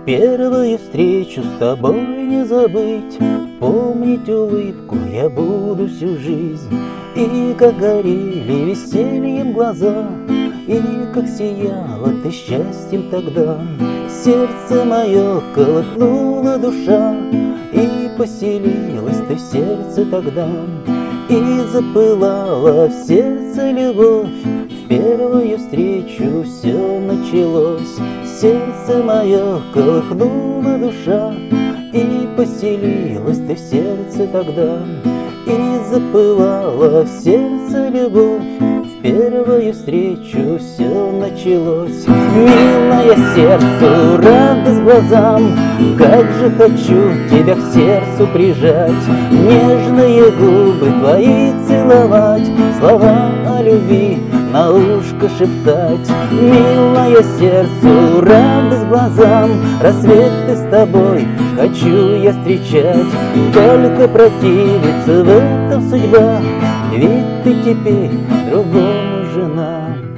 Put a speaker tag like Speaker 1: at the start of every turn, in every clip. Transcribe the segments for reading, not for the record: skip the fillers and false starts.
Speaker 1: Первую встречу с тобой не забыть, помнить улыбку я буду всю жизнь. И как горели весельем глаза, и как сияла ты счастьем тогда. Сердце мое колыхнула душа, и поселилась ты в сердце тогда. И запылала в сердце любовь, в первую встречу все началось. Сердце мое колыхнула душа, и поселилась ты в сердце тогда. И запылала в сердце любовь, в первую встречу все началось. Милая сердцу, радость глазам, как же хочу тебя к сердцу прижать, нежные губы твои целовать, слова о любви на ушко шептать. Милая сердцу, радость глазам, рассветы с тобой хочу я встречать. Только противится в этом судьба, ведь ты теперь другому жена.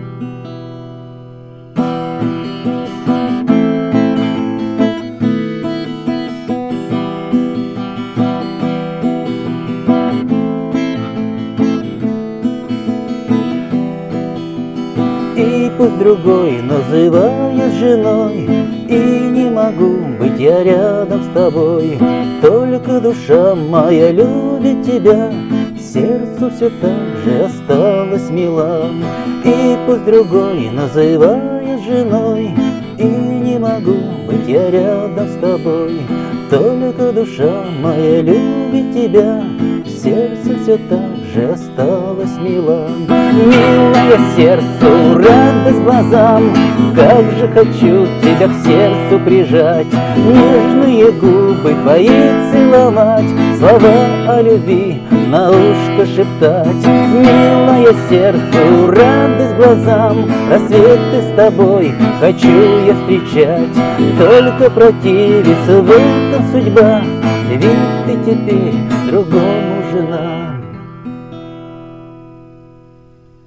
Speaker 1: И пусть другой называет женой, и не могу быть я рядом с тобой, только душа моя любит тебя, сердцу все так же осталось мила. И пусть другой называет женой, и не могу быть я рядом с тобой, только душа моя любит тебя, сердце все так же осталось мила. Милая сердцу, радость глазам, как же хочу тебя к сердцу прижать, нежные губы твои целовать, слова о любви на ушко шептать. Милая сердцу, радость глазам, рассветы с тобой хочу я встречать, только противится в этом судьба, ведь ты теперь другому жена.